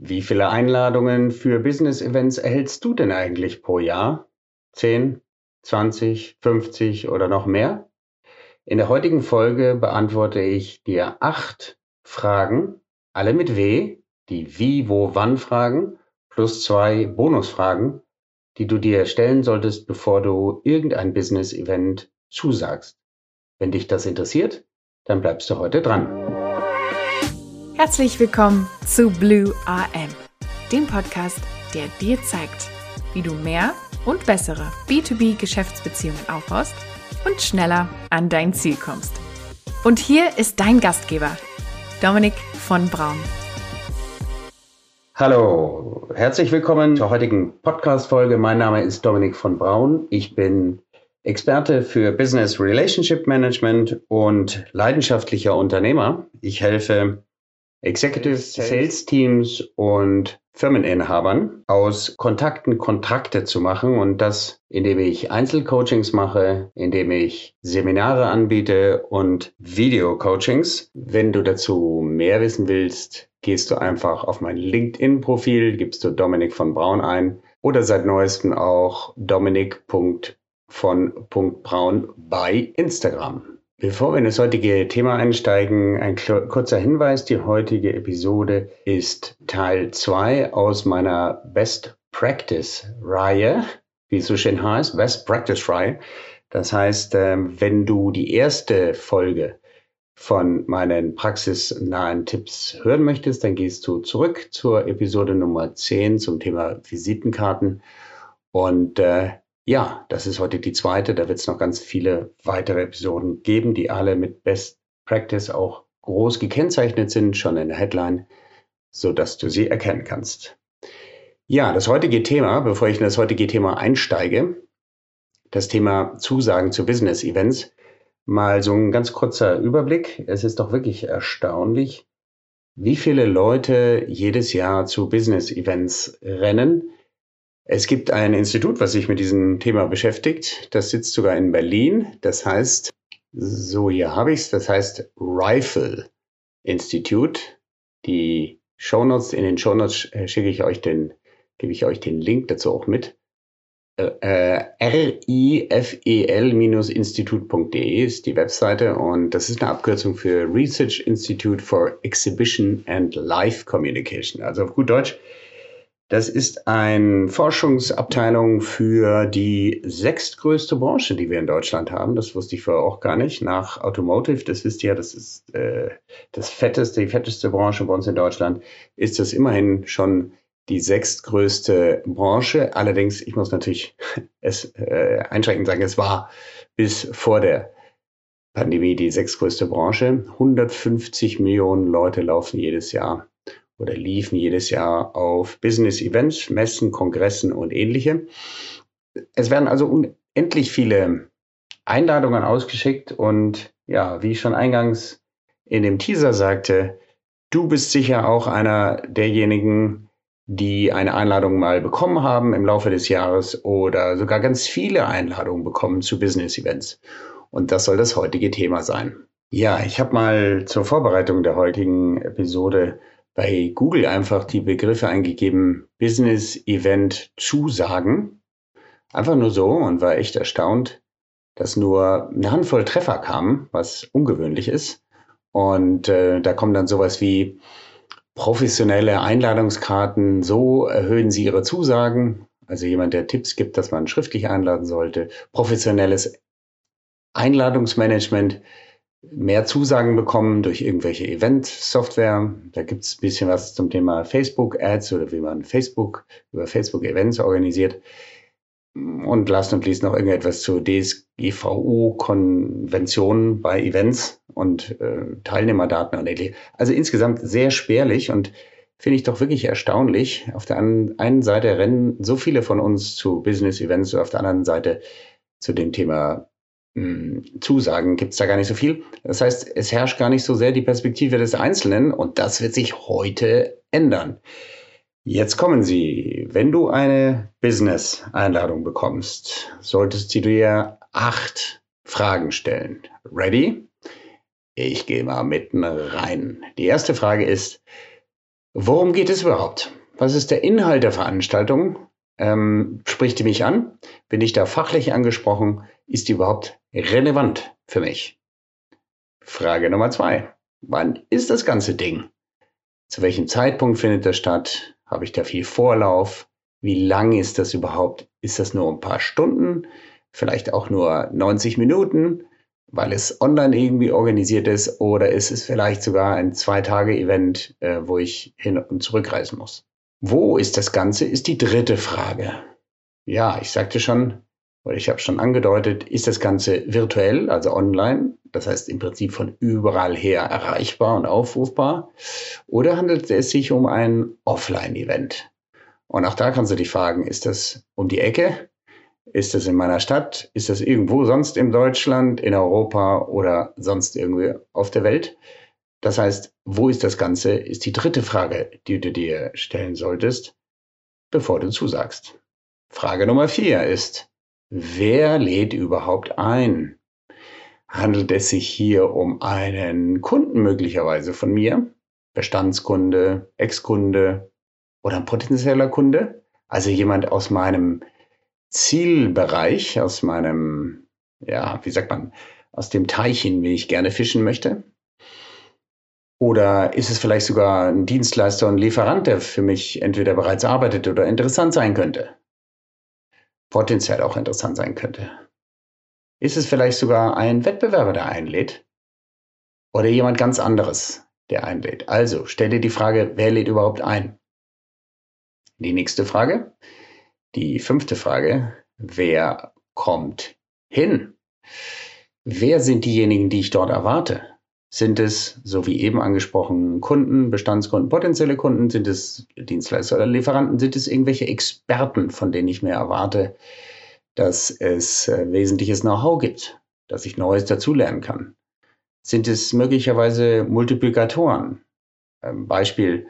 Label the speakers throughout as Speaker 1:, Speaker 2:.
Speaker 1: Wie viele Einladungen für Business-Events erhältst du denn eigentlich pro Jahr? 10, 20, 50 oder noch mehr? In der heutigen Folge beantworte ich dir 8 Fragen, alle mit W, die Wie, Wo, Wann Fragen, plus 2 Bonusfragen, die du dir stellen solltest, bevor du irgendein Business-Event zusagst. Wenn dich das interessiert, dann bleibst du heute dran.
Speaker 2: Herzlich willkommen zu Blue AM, dem Podcast, der dir zeigt, wie du mehr und bessere B2B-Geschäftsbeziehungen aufbaust und schneller an dein Ziel kommst. Und hier ist dein Gastgeber, Dominik von Braun.
Speaker 1: Hallo, herzlich willkommen zur heutigen Podcast-Folge. Mein Name ist Dominik von Braun. Ich bin Experte für Business Relationship Management und leidenschaftlicher Unternehmer. Ich helfe Executive Sales Teams und Firmeninhabern aus Kontakten Kontrakte zu machen, und das, indem ich Einzelcoachings mache, indem ich Seminare anbiete und Video-Coachings. Wenn du dazu mehr wissen willst, gehst du einfach auf mein LinkedIn-Profil, gibst du Dominik von Braun ein oder seit neuestem auch dominik.von.braun bei Instagram. Bevor wir in das heutige Thema einsteigen, ein kurzer Hinweis. Die heutige Episode ist Teil 2 aus meiner Best Practice Reihe, wie es so schön heißt, Best Practice Reihe. Das heißt, wenn du die erste Folge von meinen praxisnahen Tipps hören möchtest, dann gehst du zurück zur Episode Nummer 10 zum Thema Visitenkarten. Und ja, das ist heute die zweite. Da wird es noch ganz viele weitere Episoden geben, die alle mit Best Practice auch groß gekennzeichnet sind, schon in der Headline, sodass du sie erkennen kannst. Ja, das heutige Thema, bevor ich in das heutige Thema einsteige, das Thema Zusagen zu Business-Events, mal so ein ganz kurzer Überblick. Es ist doch wirklich erstaunlich, wie viele Leute jedes Jahr zu Business-Events rennen. Es gibt ein Institut, was sich mit diesem Thema beschäftigt. Das sitzt sogar in Berlin. Das heißt, so hier habe ich es, das heißt Rifle Institute. Die Shownotes, in den Shownotes gebe ich euch den Link dazu auch mit. rifel-institut.de ist die Webseite, und das ist eine Abkürzung für Research Institute for Exhibition and Live Communication. Also auf gut Deutsch, das ist eine Forschungsabteilung für die 6. größte Branche, die wir in Deutschland haben. Das wusste ich vorher auch gar nicht. Nach Automotive, das wisst ihr, das ist die fetteste Branche bei uns in Deutschland, ist das immerhin schon die 6. größte Branche. Allerdings, ich muss natürlich einschränkend sagen, es war bis vor der Pandemie die 6. größte Branche. 150 Millionen Leute liefen jedes Jahr auf Business-Events, Messen, Kongressen und ähnliche. Es werden also unendlich viele Einladungen ausgeschickt, und ja, wie ich schon eingangs in dem Teaser sagte, du bist sicher auch einer derjenigen, die eine Einladung mal bekommen haben im Laufe des Jahres oder sogar ganz viele Einladungen bekommen zu Business-Events. Und das soll das heutige Thema sein. Ja, ich habe mal zur Vorbereitung der heutigen Episode bei Google einfach die Begriffe eingegeben: Business-Event Zusagen. Einfach nur so, und war echt erstaunt, dass nur eine Handvoll Treffer kamen, was ungewöhnlich ist. Und da kommt dann sowas wie professionelle Einladungskarten, so erhöhen Sie Ihre Zusagen. Also jemand, der Tipps gibt, dass man schriftlich einladen sollte. Professionelles Einladungsmanagement, mehr Zusagen bekommen durch irgendwelche Event-Software. Da gibt es ein bisschen was zum Thema Facebook-Ads oder wie man über Facebook-Events organisiert. Und last und least noch irgendetwas zu DSGVO-Konventionen bei Events und Teilnehmerdaten und ähnliches. Also insgesamt sehr spärlich, und finde ich doch wirklich erstaunlich. Auf der einen Seite rennen so viele von uns zu Business-Events, und auf der anderen Seite zu dem Thema Zusagen gibt es da gar nicht so viel. Das heißt, es herrscht gar nicht so sehr die Perspektive des Einzelnen, und das wird sich heute ändern. Jetzt kommen sie. Wenn du eine Business-Einladung bekommst, solltest du dir 8 Fragen stellen. Ready? Ich gehe mal mitten rein. Die erste Frage ist: Worum geht es überhaupt? Was ist der Inhalt der Veranstaltung? Spricht die mich an? Bin ich da fachlich angesprochen? Ist die überhaupt relevant für mich? Frage Nummer 2. Wann ist das ganze Ding? Zu welchem Zeitpunkt findet das statt? Habe ich da viel Vorlauf? Wie lang ist das überhaupt? Ist das nur ein paar Stunden? Vielleicht auch nur 90 Minuten, weil es online irgendwie organisiert ist? Oder ist es vielleicht sogar ein 2-Tage-Event, wo ich hin und zurückreisen muss? Wo ist das Ganze, ist die dritte Frage. Ja, ich sagte schon, oder ich habe schon angedeutet, ist das Ganze virtuell, also online, das heißt im Prinzip von überall her erreichbar und aufrufbar, oder handelt es sich um ein Offline-Event? Und auch da kannst du dich fragen, ist das um die Ecke? Ist das in meiner Stadt? Ist das irgendwo sonst in Deutschland, in Europa oder sonst irgendwie auf der Welt? Das heißt, wo ist das Ganze, ist die dritte Frage, die du dir stellen solltest, bevor du zusagst. Frage Nummer 4 ist, wer lädt überhaupt ein? Handelt es sich hier um einen Kunden möglicherweise von mir, Bestandskunde, Ex-Kunde oder ein potenzieller Kunde? Also jemand aus meinem Zielbereich, aus meinem, ja, wie sagt man, aus dem Teich, in den ich gerne fischen möchte? Oder ist es vielleicht sogar ein Dienstleister und Lieferant, der für mich entweder bereits arbeitet oder interessant sein könnte? Potenziell auch interessant sein könnte. Ist es vielleicht sogar ein Wettbewerber, der einlädt? Oder jemand ganz anderes, der einlädt? Also stell dir die Frage, wer lädt überhaupt ein? Die nächste Frage, die 5. Frage, wer kommt hin? Wer sind diejenigen, die ich dort erwarte? Sind es, so wie eben angesprochen, Kunden, Bestandskunden, potenzielle Kunden? Sind es Dienstleister oder Lieferanten? Sind es irgendwelche Experten, von denen ich mir erwarte, dass es wesentliches Know-how gibt, dass ich Neues dazulernen kann? Sind es möglicherweise Multiplikatoren? Beispiel,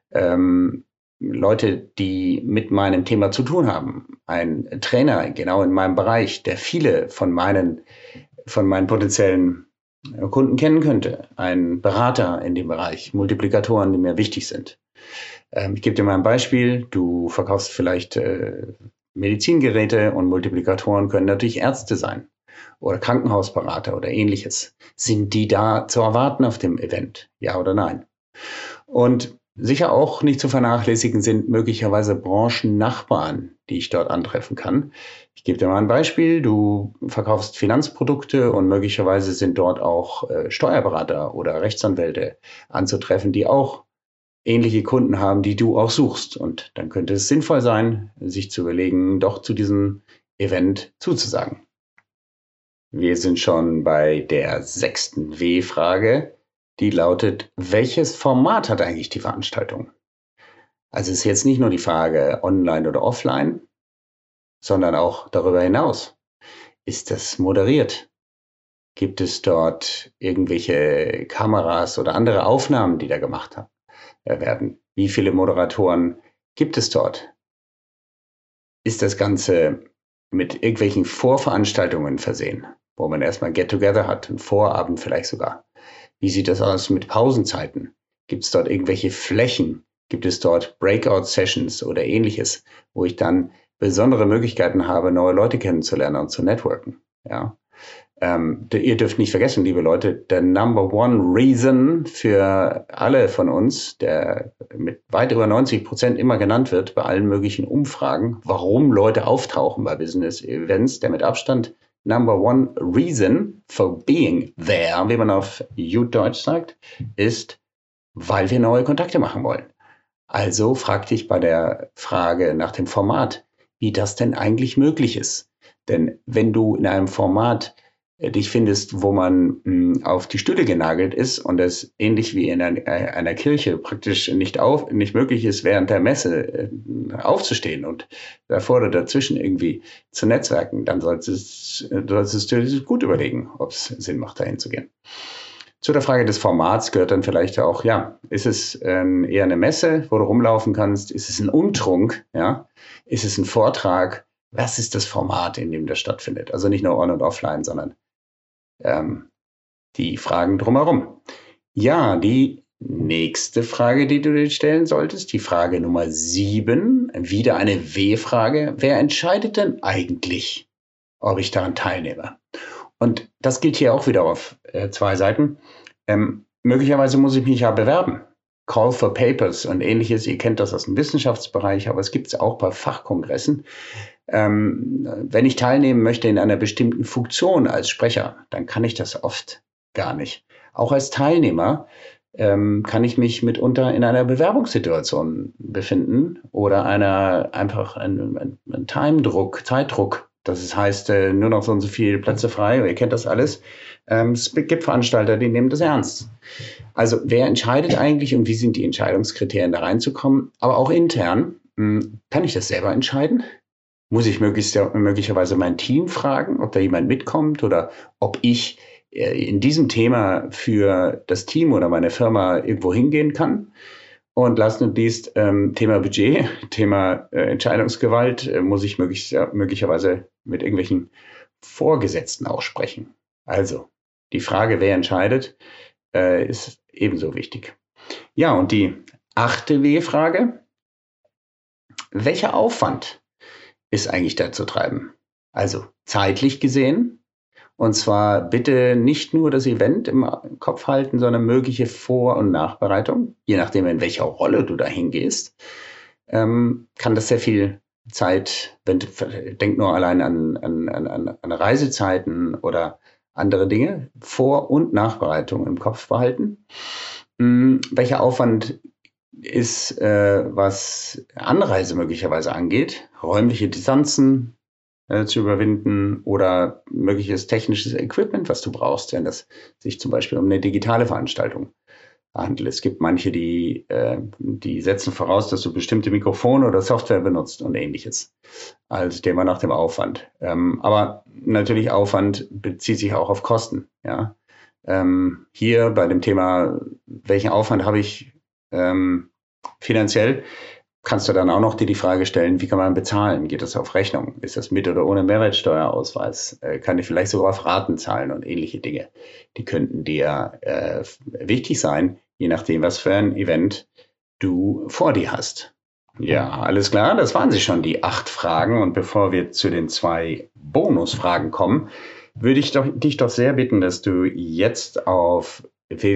Speaker 1: Leute, die mit meinem Thema zu tun haben. Ein Trainer genau in meinem Bereich, der viele von meinen potenziellen Kunden kennen könnte. Ein Berater in dem Bereich, Multiplikatoren, die mir wichtig sind. Ich gebe dir mal ein Beispiel. Du verkaufst vielleicht Medizingeräte und Multiplikatoren können natürlich Ärzte sein oder Krankenhausberater oder ähnliches. Sind die da zu erwarten auf dem Event? Ja oder nein? Und sicher auch nicht zu vernachlässigen sind möglicherweise Branchennachbarn, die ich dort antreffen kann. Ich gebe dir mal ein Beispiel. Du verkaufst Finanzprodukte und möglicherweise sind dort auch Steuerberater oder Rechtsanwälte anzutreffen, die auch ähnliche Kunden haben, die du auch suchst. Und dann könnte es sinnvoll sein, sich zu überlegen, doch zu diesem Event zuzusagen. Wir sind schon bei der 6. W-Frage. Die lautet, welches Format hat eigentlich die Veranstaltung? Also es ist jetzt nicht nur die Frage online oder offline, sondern auch darüber hinaus. Ist das moderiert? Gibt es dort irgendwelche Kameras oder andere Aufnahmen, die da gemacht werden? Wie viele Moderatoren gibt es dort? Ist das Ganze mit irgendwelchen Vorveranstaltungen versehen, wo man erstmal Get-Together hat, einen Vorabend vielleicht sogar? Wie sieht das aus mit Pausenzeiten? Gibt es dort irgendwelche Flächen? Gibt es dort Breakout-Sessions oder ähnliches, wo ich dann besondere Möglichkeiten habe, neue Leute kennenzulernen und zu networken? Ja. Ihr dürft nicht vergessen, liebe Leute, der Number One Reason für alle von uns, der mit weit über 90% immer genannt wird bei allen möglichen Umfragen, warum Leute auftauchen bei Business-Events, der mit Abstand Number One Reason for being there, wie man auf Deutsch sagt, ist, weil wir neue Kontakte machen wollen. Also frag dich bei der Frage nach dem Format, wie das denn eigentlich möglich ist. Denn wenn du in einem Format dich findest, wo man auf die Stühle genagelt ist und es ähnlich wie in einer Kirche praktisch nicht möglich ist, während der Messe aufzustehen und davor oder dazwischen irgendwie zu netzwerken, dann solltest du dir gut überlegen, ob es Sinn macht, dahin zu gehen. Zu der Frage des Formats gehört dann vielleicht auch, ja, ist es eher eine Messe, wo du rumlaufen kannst? Ist es ein Umtrunk? Ja? Ist es ein Vortrag? Was ist das Format, in dem das stattfindet? Also nicht nur on und offline, sondern die Fragen drumherum. Ja, die Nächste Frage, die du dir stellen solltest, die Frage Nummer 7, wieder eine W-Frage. Wer entscheidet denn eigentlich, ob ich daran teilnehme? Und das gilt hier auch wieder auf 2 Seiten. Möglicherweise muss ich mich ja bewerben. Call for Papers und ähnliches. Ihr kennt das aus dem Wissenschaftsbereich, aber es gibt es auch bei Fachkongressen. Wenn ich teilnehmen möchte in einer bestimmten Funktion als Sprecher, dann kann ich das oft gar nicht. Auch als Teilnehmer kann ich mich mitunter in einer Bewerbungssituation befinden oder einfach ein Zeitdruck. Das heißt, nur noch so und so viele Plätze frei. Ihr kennt das alles. Es gibt Veranstalter, die nehmen das ernst. Also wer entscheidet eigentlich und wie sind die Entscheidungskriterien, da reinzukommen? Aber auch intern, kann ich das selber entscheiden? Muss ich möglicherweise mein Team fragen, ob da jemand mitkommt oder ob ich in diesem Thema für das Team oder meine Firma irgendwo hingehen kann? Und last not least, Thema Budget, Thema Entscheidungsgewalt, muss ich möglicherweise mit irgendwelchen Vorgesetzten auch sprechen. Also, die Frage, wer entscheidet, ist ebenso wichtig. Ja, und die 8. W-Frage, welcher Aufwand ist eigentlich da zu treiben? Also, zeitlich gesehen, und zwar bitte nicht nur das Event im Kopf halten, sondern mögliche Vor- und Nachbereitung. Je nachdem, in welcher Rolle du da hingehst, kann das sehr viel Zeit, denk nur allein an Reisezeiten oder andere Dinge, Vor- und Nachbereitung im Kopf behalten. Welcher Aufwand ist, was Anreise möglicherweise angeht, räumliche Distanzen zu überwinden oder mögliches technisches Equipment, was du brauchst, wenn das sich zum Beispiel um eine digitale Veranstaltung handelt. Es gibt manche, die setzen voraus, dass du bestimmte Mikrofone oder Software benutzt und ähnliches, als Thema nach dem Aufwand. Aber natürlich Aufwand bezieht sich auch auf Kosten. Ja? Hier bei dem Thema, welchen Aufwand habe ich finanziell, kannst du dann auch noch dir die Frage stellen, wie kann man bezahlen? Geht das auf Rechnung? Ist das mit oder ohne Mehrwertsteuerausweis? Kann ich vielleicht sogar auf Raten zahlen und ähnliche Dinge? Die könnten dir wichtig sein, je nachdem, was für ein Event du vor dir hast. Ja, alles klar, das waren sie schon, die 8 Fragen. Und bevor wir zu den 2 Bonusfragen kommen, würde ich dich doch sehr bitten, dass du jetzt auf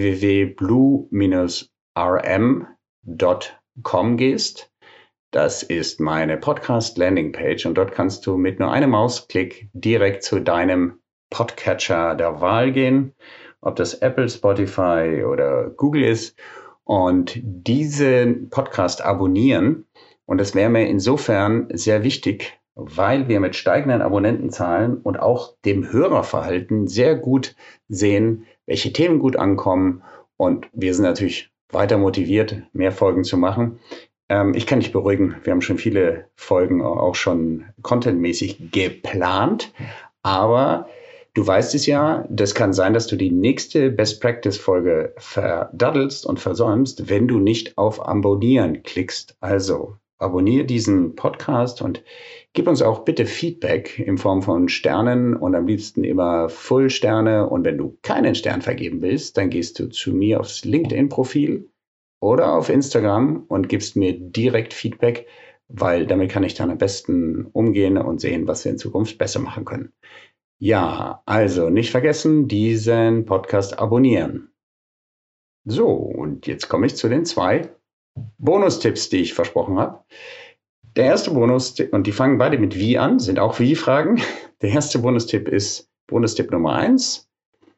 Speaker 1: www.blue-rm.com gehst. Das ist meine Podcast-Landing-Page und dort kannst du mit nur einem Mausklick direkt zu deinem Podcatcher der Wahl gehen, ob das Apple, Spotify oder Google ist, und diesen Podcast abonnieren. Und das wäre mir insofern sehr wichtig, weil wir mit steigenden Abonnentenzahlen und auch dem Hörerverhalten sehr gut sehen, welche Themen gut ankommen. Und wir sind natürlich weiter motiviert, mehr Folgen zu machen. Ich kann dich beruhigen, wir haben schon viele Folgen auch schon contentmäßig geplant, aber du weißt es ja, das kann sein, dass du die nächste Best-Practice-Folge verdaddelst und versäumst, wenn du nicht auf Abonnieren klickst. Also abonniere diesen Podcast und gib uns auch bitte Feedback in Form von Sternen und am liebsten immer Full-Sterne. Und wenn du keinen Stern vergeben willst, dann gehst du zu mir aufs LinkedIn-Profil oder auf Instagram und gibst mir direkt Feedback, weil damit kann ich dann am besten umgehen und sehen, was wir in Zukunft besser machen können. Ja, also nicht vergessen, diesen Podcast abonnieren. So, und jetzt komme ich zu den 2 Bonustipps, die ich versprochen habe. Der erste Bonustipp, und die fangen beide mit Wie an, sind auch Wie-Fragen. Der erste Bonustipp ist Bonustipp Nummer 1.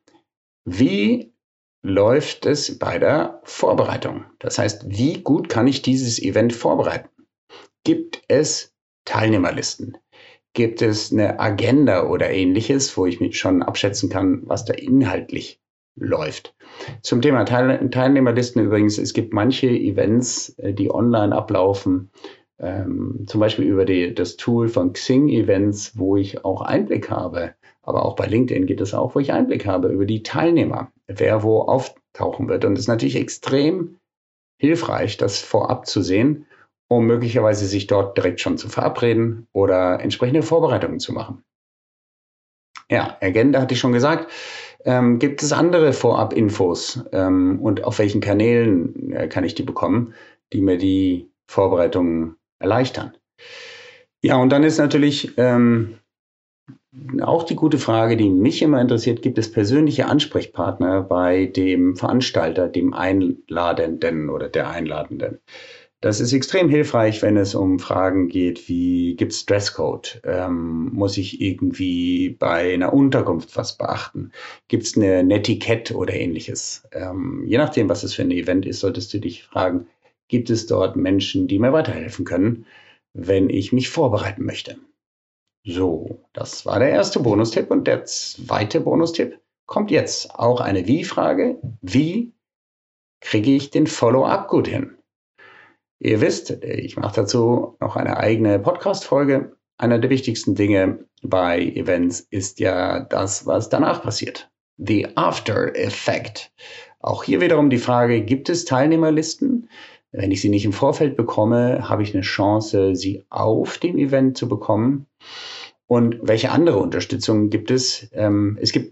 Speaker 1: Wie läuft es bei der Vorbereitung? Das heißt, wie gut kann ich dieses Event vorbereiten? Gibt es Teilnehmerlisten? Gibt es eine Agenda oder ähnliches, wo ich mich schon abschätzen kann, was da inhaltlich läuft? Zum Thema Teilnehmerlisten übrigens, es gibt manche Events, die online ablaufen, zum Beispiel über das Tool von Xing Events, wo ich auch Einblick habe. Aber auch bei LinkedIn geht es auch, wo ich Einblick habe über die Teilnehmer, wer wo auftauchen wird. Und es ist natürlich extrem hilfreich, das vorab zu sehen, um möglicherweise sich dort direkt schon zu verabreden oder entsprechende Vorbereitungen zu machen. Ja, Agenda hatte ich schon gesagt. Gibt es andere Vorab-Infos und auf welchen Kanälen kann ich die bekommen, die mir die Vorbereitungen erleichtern? Ja, und dann ist natürlich auch die gute Frage, die mich immer interessiert, gibt es persönliche Ansprechpartner bei dem Veranstalter, dem Einladenden oder der Einladenden? Das ist extrem hilfreich, wenn es um Fragen geht, wie gibt es Dresscode? Muss ich irgendwie bei einer Unterkunft was beachten? Gibt es eine Netiquette oder ähnliches? Je nachdem, was es für ein Event ist, solltest du dich fragen, gibt es dort Menschen, die mir weiterhelfen können, wenn ich mich vorbereiten möchte? So, das war der erste Bonustipp. Und der zweite Bonustipp kommt jetzt. Auch eine Wie-Frage. Wie kriege ich den Follow-up gut hin? Ihr wisst, ich mache dazu noch eine eigene Podcast-Folge. Einer der wichtigsten Dinge bei Events ist ja das, was danach passiert. The After Effect. Auch hier wiederum die Frage, gibt es Teilnehmerlisten? Wenn ich sie nicht im Vorfeld bekomme, habe ich eine Chance, sie auf dem Event zu bekommen. Und welche andere Unterstützung gibt es? Es gibt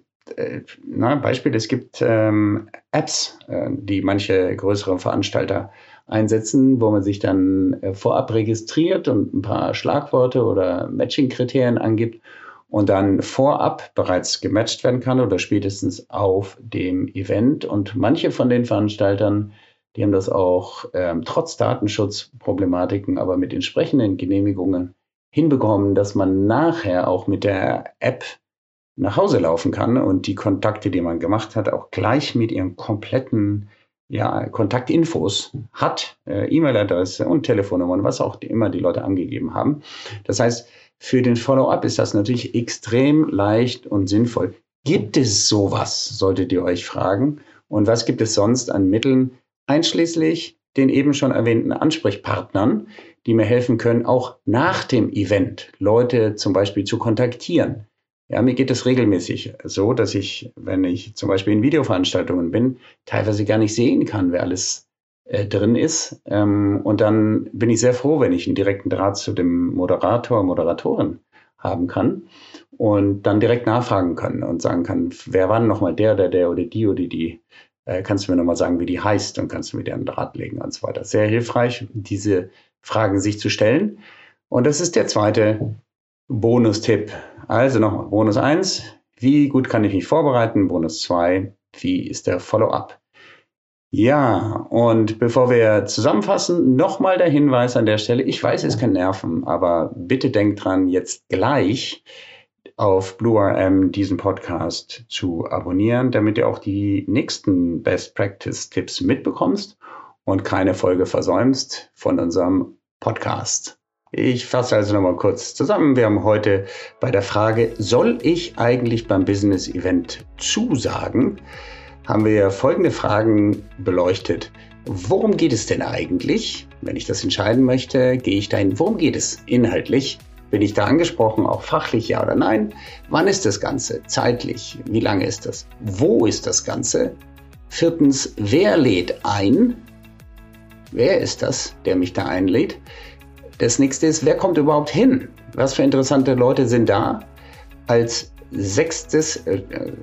Speaker 1: Apps, die manche größere Veranstalter einsetzen, wo man sich dann vorab registriert und ein paar Schlagworte oder Matching-Kriterien angibt und dann vorab bereits gematcht werden kann oder spätestens auf dem Event. Und manche von den Veranstaltern, die haben das auch trotz Datenschutzproblematiken, aber mit entsprechenden Genehmigungen hinbekommen, dass man nachher auch mit der App nach Hause laufen kann und die Kontakte, die man gemacht hat, auch gleich mit ihren kompletten Kontaktinfos hat, E-Mail-Adresse und Telefonnummern, was auch immer die Leute angegeben haben. Das heißt, für den Follow-up ist das natürlich extrem leicht und sinnvoll. Gibt es sowas, solltet ihr euch fragen? Und was gibt es sonst an Mitteln, einschließlich den eben schon erwähnten Ansprechpartnern, die mir helfen können, auch nach dem Event Leute zum Beispiel zu kontaktieren. Ja, mir geht es regelmäßig so, dass ich, wenn ich zum Beispiel in Videoveranstaltungen bin, teilweise gar nicht sehen kann, wer alles drin ist. Und dann bin ich sehr froh, wenn ich einen direkten Draht zu dem Moderator, Moderatorin haben kann und dann direkt nachfragen kann und sagen kann, wer war denn nochmal der oder die? Kannst du mir nochmal sagen, wie die heißt, und kannst du mit der einen Draht legen und so weiter. Sehr hilfreich, diese Fragen sich zu stellen. Und das ist der zweite Bonustipp. Also nochmal, Bonus 1, wie gut kann ich mich vorbereiten? Bonus 2, wie ist der Follow-up? Ja, und bevor wir zusammenfassen, nochmal der Hinweis an der Stelle. Ich weiß, es kann nerven, aber bitte denkt dran, jetzt gleich auf BlueRM diesen Podcast zu abonnieren, damit ihr auch die nächsten Best Practice Tipps mitbekommst und keine Folge versäumst von unserem Podcast. Ich fasse also nochmal kurz zusammen. Wir haben heute bei der Frage, soll ich eigentlich beim Business Event zusagen, haben wir folgende Fragen beleuchtet. Worum geht es denn eigentlich? Wenn ich das entscheiden möchte, gehe ich dahin. Worum geht es inhaltlich? Bin ich da angesprochen, auch fachlich, ja oder nein? Wann ist das Ganze? Zeitlich? Wie lange ist das? Wo ist das Ganze? 4. Wer lädt ein? Wer ist das, der mich da einlädt? Das nächste ist, wer kommt überhaupt hin? Was für interessante Leute sind da? Als 7.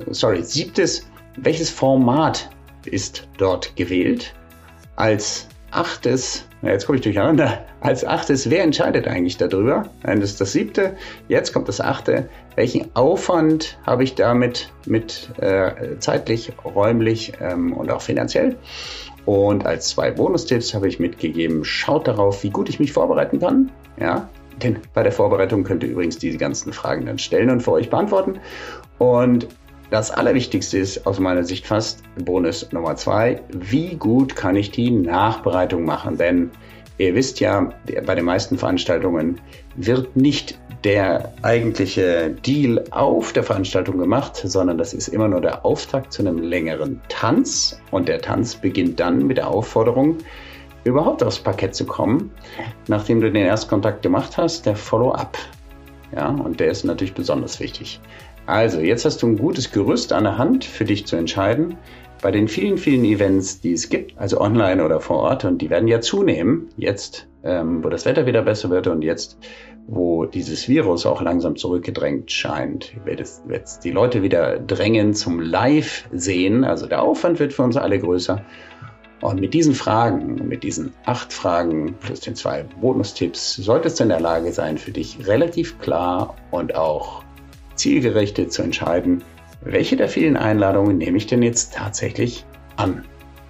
Speaker 1: Welches Format ist dort gewählt? Als 8. Jetzt komme ich durcheinander. Als 8. Wer entscheidet eigentlich darüber? Das ist das 7. Jetzt kommt das 8. Welchen Aufwand habe ich damit zeitlich, räumlich und auch finanziell? Und als 2 Bonustipps habe ich mitgegeben, schaut darauf, wie gut ich mich vorbereiten kann. Ja, denn bei der Vorbereitung könnt ihr übrigens diese ganzen Fragen dann stellen und für euch beantworten. Und das Allerwichtigste ist aus meiner Sicht fast Bonus Nummer 2. Wie gut kann ich die Nachbereitung machen? Denn ihr wisst ja, bei den meisten Veranstaltungen wird nicht der eigentliche Deal auf der Veranstaltung gemacht, sondern das ist immer nur der Auftakt zu einem längeren Tanz. Und der Tanz beginnt dann mit der Aufforderung, überhaupt aufs Parkett zu kommen, nachdem du den Erstkontakt gemacht hast, der Follow-up. Ja, und der ist natürlich besonders wichtig. Also, jetzt hast du ein gutes Gerüst an der Hand für dich zu entscheiden, bei den vielen, vielen Events, die es gibt, also online oder vor Ort, und die werden ja zunehmen, jetzt, wo das Wetter wieder besser wird und jetzt, wo dieses Virus auch langsam zurückgedrängt scheint, wird es die Leute wieder drängen zum Live-Sehen. Also der Aufwand wird für uns alle größer. Und mit diesen Fragen, mit diesen 8 Fragen plus den 2 Bonustipps, solltest du in der Lage sein, für dich relativ klar und auch zielgerichtet zu entscheiden, welche der vielen Einladungen nehme ich denn jetzt tatsächlich an.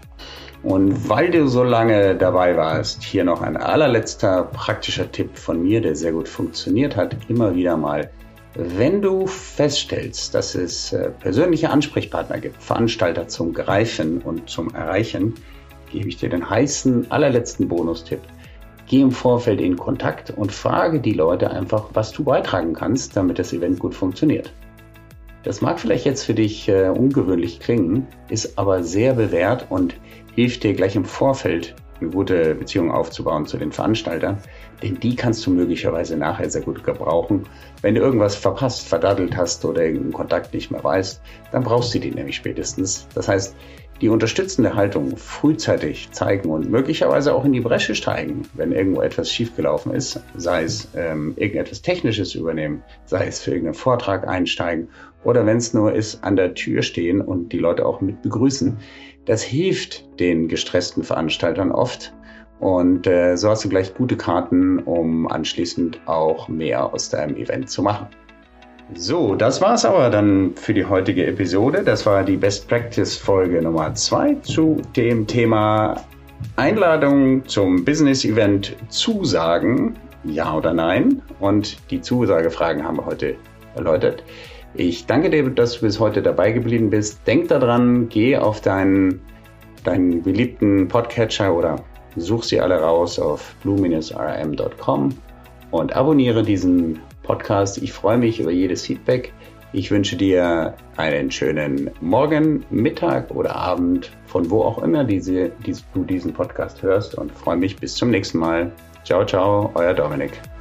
Speaker 1: Und weil du so lange dabei warst, hier noch ein allerletzter praktischer Tipp von mir, der sehr gut funktioniert hat, immer wieder mal. Wenn du feststellst, dass es persönliche Ansprechpartner gibt, Veranstalter zum Greifen und zum Erreichen, gebe ich dir den heißen, allerletzten Bonustipp. Geh im Vorfeld in Kontakt und frage die Leute einfach, was du beitragen kannst, damit das Event gut funktioniert. Das mag vielleicht jetzt für dich ungewöhnlich klingen, ist aber sehr bewährt und hilft dir gleich im Vorfeld eine gute Beziehung aufzubauen zu den Veranstaltern, denn die kannst du möglicherweise nachher sehr gut gebrauchen. Wenn du irgendwas verpasst, verdattelt hast oder irgendeinen Kontakt nicht mehr weißt, dann brauchst du die nämlich spätestens. Das heißt, die unterstützende Haltung frühzeitig zeigen und möglicherweise auch in die Bresche steigen, wenn irgendwo etwas schiefgelaufen ist, sei es irgendetwas Technisches übernehmen, sei es für irgendeinen Vortrag einsteigen oder wenn es nur ist, an der Tür stehen und die Leute auch mit begrüßen. Das hilft den gestressten Veranstaltern oft und so hast du gleich gute Karten, um anschließend auch mehr aus deinem Event zu machen. So, das war's aber dann für die heutige Episode. Das war die Best Practice Folge Nummer 2 zu dem Thema Einladung zum Business Event zusagen, ja oder nein. Und die Zusagefragen haben wir heute erläutert. Ich danke dir, dass du bis heute dabei geblieben bist. Denk daran, geh auf deinen beliebten Podcatcher oder such sie alle raus auf blue-rm.com und abonniere diesen Podcast. Ich freue mich über jedes Feedback. Ich wünsche dir einen schönen Morgen, Mittag oder Abend, von wo auch immer du diesen Podcast hörst und freue mich bis zum nächsten Mal. Ciao, ciao, euer Dominik.